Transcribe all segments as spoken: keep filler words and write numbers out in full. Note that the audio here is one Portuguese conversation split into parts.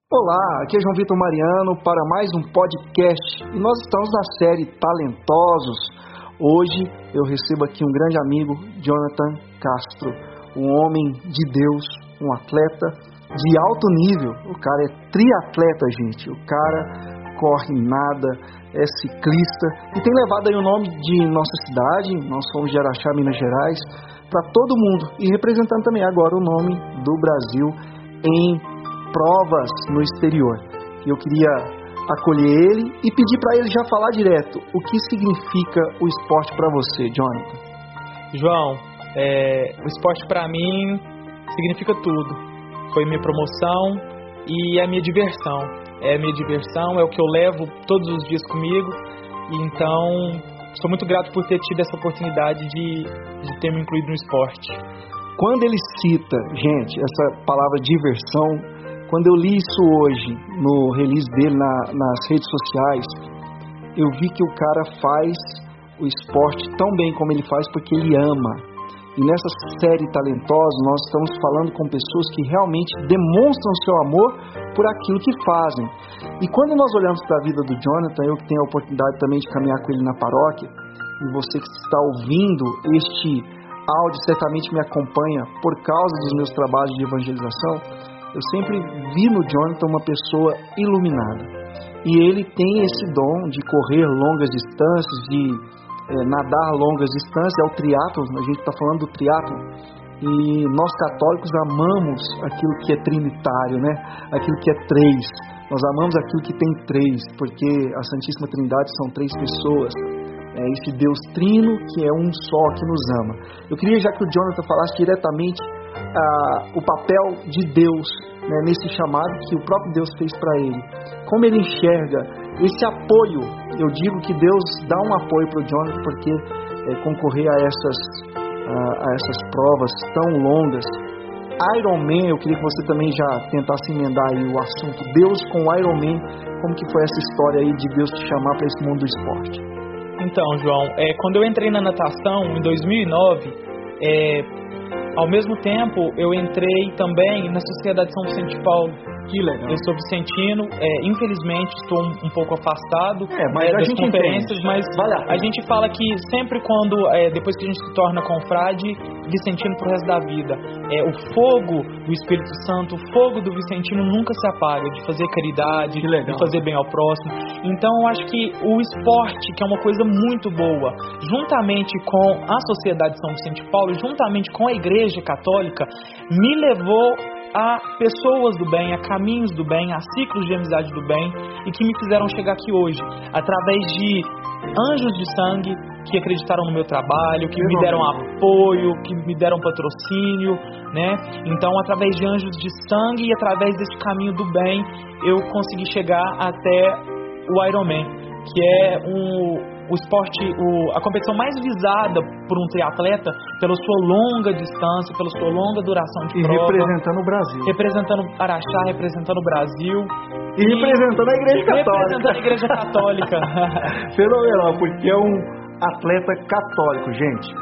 Olá, aqui é João Vitor Mariano para mais um podcast e nós estamos na série Talentosos. Hoje eu recebo aqui um grande amigo, Jonathan Castro, um homem de Deus, um atleta de alto nível. O cara é triatleta, gente, o cara corre nada, é ciclista e tem levado aí o nome de nossa cidade, nós somos de Araxá, Minas Gerais, para todo mundo e representando também agora o nome do Brasil em provas no exterior. Eu queria acolher ele e pedir para ele já falar direto o que significa o esporte para você, Jonathan. João, é, o esporte para mim significa tudo. Foi minha promoção e a minha diversão. É a minha diversão, é o que eu levo todos os dias comigo. E então, sou muito grato por ter tido essa oportunidade de, de ter me incluído no esporte. Quando ele cita, gente, essa palavra diversão, quando eu li isso hoje no release dele na, nas redes sociais, eu vi que o cara faz o esporte tão bem como ele faz porque ele ama. E nessa série Talentosos nós estamos falando com pessoas que realmente demonstram seu amor por aquilo que fazem. E quando nós olhamos para a vida do Jonathan, eu que tenho a oportunidade também de caminhar com ele na paróquia, e você que está ouvindo este áudio certamente me acompanha por causa dos meus trabalhos de evangelização, eu sempre vi no Jonathan uma pessoa iluminada. E ele tem esse dom de correr longas distâncias, de é, nadar longas distâncias, é o triatlo, a gente está falando do triatlo. E nós católicos amamos aquilo que é trinitário, né? Aquilo que é três. Nós amamos aquilo que tem três, porque a Santíssima Trindade são três pessoas. É esse Deus trino que é um só que nos ama. Eu queria já que o Jonathan falasse diretamente ah, o papel de Deus, né, nesse chamado que o próprio Deus fez para ele. Como ele enxerga esse apoio. Eu digo que Deus dá um apoio para o Jonathan porque é, concorrer a essas, a, a essas provas tão longas. Ironman, eu queria que você também já tentasse emendar aí o assunto. Deus com o Ironman, como que foi essa história aí de Deus te chamar para esse mundo do esporte? Então, João, é, quando eu entrei na natação em dois mil e nove, é, ao mesmo tempo eu entrei também na Sociedade São Vicente de Paulo. Que legal. Eu sou vicentino, é, infelizmente estou um, um pouco afastado é, mas é, das entende. conferências, mas a gente fala que sempre quando, é, depois que a gente se torna confrade, vicentino pro resto da vida, é, o fogo do Espírito Santo, o fogo do vicentino nunca se apaga, de fazer caridade, de fazer bem ao próximo. Então eu acho que o esporte, que é uma coisa muito boa, juntamente com a Sociedade São Vicente de Paulo, juntamente com a Igreja Católica, me levou a pessoas do bem, a caminhos do bem, a ciclos de amizade do bem e que me fizeram chegar aqui hoje, através de anjos de sangue que acreditaram no meu trabalho, que me deram apoio, que me deram patrocínio, né? Então, através de anjos de sangue e através desse caminho do bem, eu consegui chegar até o Ironman, que é um... o esporte, o, a competição mais visada por um triatleta pela sua longa distância, pela sua longa duração de e prova. E representando o Brasil. Representando Araxá, representando o Brasil. E, e representando a Igreja Católica. Representando a Igreja Católica. Fenomenal, porque é um atleta católico, gente.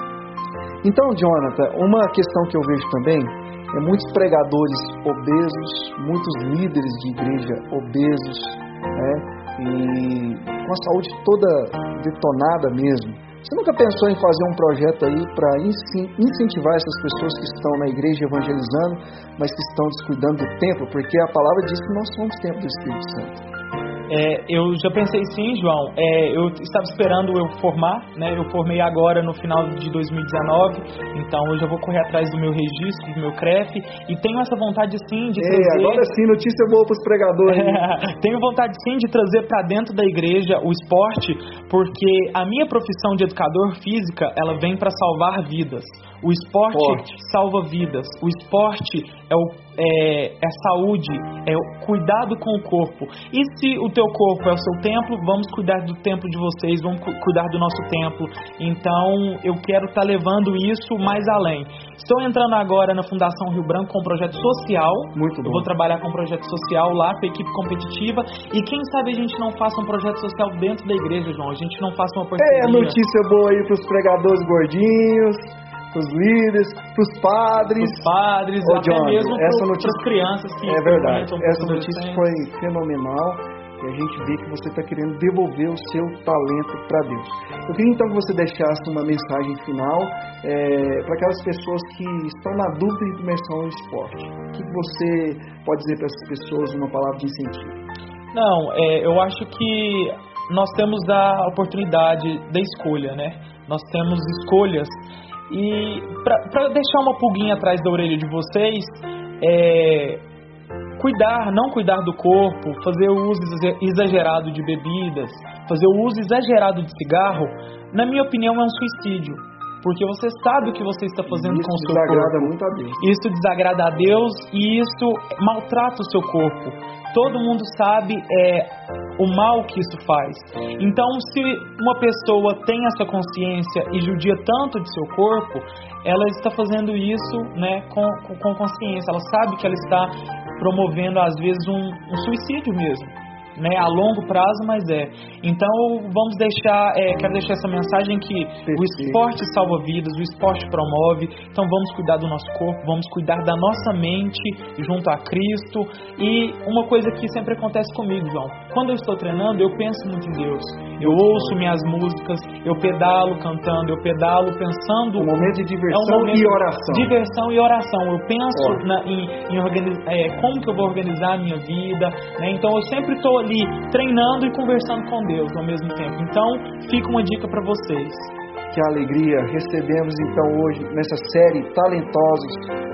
Então, Jonathan, uma questão que eu vejo também é muitos pregadores obesos, muitos líderes de igreja obesos, né? E com a saúde toda detonada mesmo. Você nunca pensou em fazer um projeto aí para incentivar essas pessoas que estão na igreja evangelizando, mas que estão descuidando do templo? Porque a palavra diz que nós somos templo do Espírito Santo. É, eu já pensei sim, João. É, eu estava esperando eu formar, né? Eu formei agora no final de dois mil e dezenove, então eu já vou correr atrás do meu registro, do meu C R E F, e tenho essa vontade sim de trazer... Ei, agora sim, notícia boa para os pregadores. Tenho vontade sim de trazer para dentro da igreja o esporte, porque a minha profissão de educador física, ela vem para salvar vidas. O esporte Forte. salva vidas. O esporte é, o, é, é saúde, é o cuidado com o corpo. E se o teu corpo é o seu templo, vamos cuidar do templo de vocês, vamos cu- cuidar do nosso templo. Então, eu quero estar tá levando isso mais além. Estou entrando agora na Fundação Rio Branco com um projeto social. Muito bom. Eu vou trabalhar com um projeto social lá, com a equipe competitiva. E quem sabe a gente não faça um projeto social dentro da igreja, João. A gente não faça uma parceria. É, notícia boa aí para os pregadores gordinhos, para os líderes, para os padres. Os padres, Ô, até Johnny, mesmo essa para notícia, as crianças que é verdade. frequentam Essa os notícia adolescentes. foi fenomenal. E a gente vê que você está querendo devolver o seu talento para Deus. Eu queria então que você deixasse uma mensagem final é, para aquelas pessoas que estão na dúvida em começar um esporte. O que você pode dizer para essas pessoas, uma palavra de incentivo? Não, é, eu acho que nós temos a oportunidade da escolha, né? Nós temos escolhas. E para deixar uma pulguinha atrás da orelha de vocês, é... cuidar, não cuidar do corpo, fazer o uso exagerado de bebidas, fazer o uso exagerado de cigarro, na minha opinião é um suicídio, porque você sabe o que você está fazendo isso com o seu corpo. Isso desagrada muito a Deus. Isso desagrada a Deus e isso maltrata o seu corpo. Todo mundo sabe é, o mal que isso faz. Então, se uma pessoa tem essa consciência e judia tanto de seu corpo, ela está fazendo isso, né, com, com consciência. Ela sabe que ela está promovendo, às vezes, um, um suicídio mesmo, né, a longo prazo, mas é. Então, vamos deixar, é, quero deixar essa mensagem que Perfeito. O esporte salva vidas, o esporte promove. Então, vamos cuidar do nosso corpo, vamos cuidar da nossa mente junto a Cristo. E uma coisa que sempre acontece comigo, João, quando eu estou treinando, eu penso muito em Deus. Eu ouço minhas músicas, eu pedalo cantando, eu pedalo pensando... Um momento de diversão é um momento e oração. Diversão e oração. Eu penso na, em, em organiz, é, como que eu vou organizar a minha vida, né? Então, eu sempre estou ali treinando e conversando com Deus ao mesmo tempo. Então, fica uma dica para vocês. Que alegria! Recebemos então hoje, nessa série Talentosos,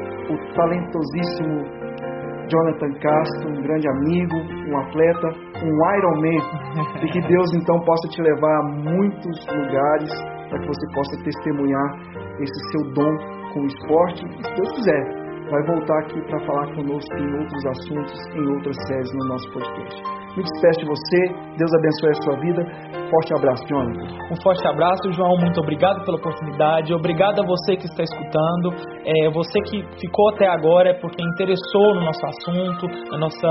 o talentosíssimo Jonathan Castro, um grande amigo, um atleta, um Ironman, e que Deus então possa te levar a muitos lugares para que você possa testemunhar esse seu dom com o esporte, e se Deus quiser, vai voltar aqui para falar conosco em outros assuntos, em outras séries no nosso podcast. Me despeço de você, Deus abençoe a sua vida. Forte abraço, Jonathan. Um forte abraço, João, muito obrigado pela oportunidade, obrigado a você que está escutando, é, você que ficou até agora é porque interessou no nosso assunto, na nossa...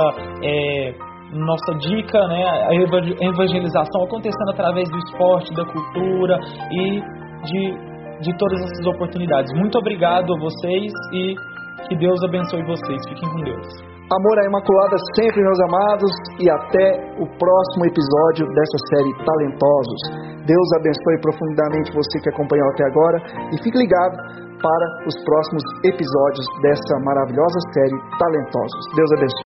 É, nossa dica, né, a evangelização acontecendo através do esporte, da cultura e de, de todas essas oportunidades. Muito obrigado a vocês e que Deus abençoe vocês. Fiquem com Deus. Amor à Imaculada sempre, meus amados, e até o próximo episódio dessa série Talentosos. Deus abençoe profundamente você que acompanhou até agora e fique ligado para os próximos episódios dessa maravilhosa série Talentosos. Deus abençoe.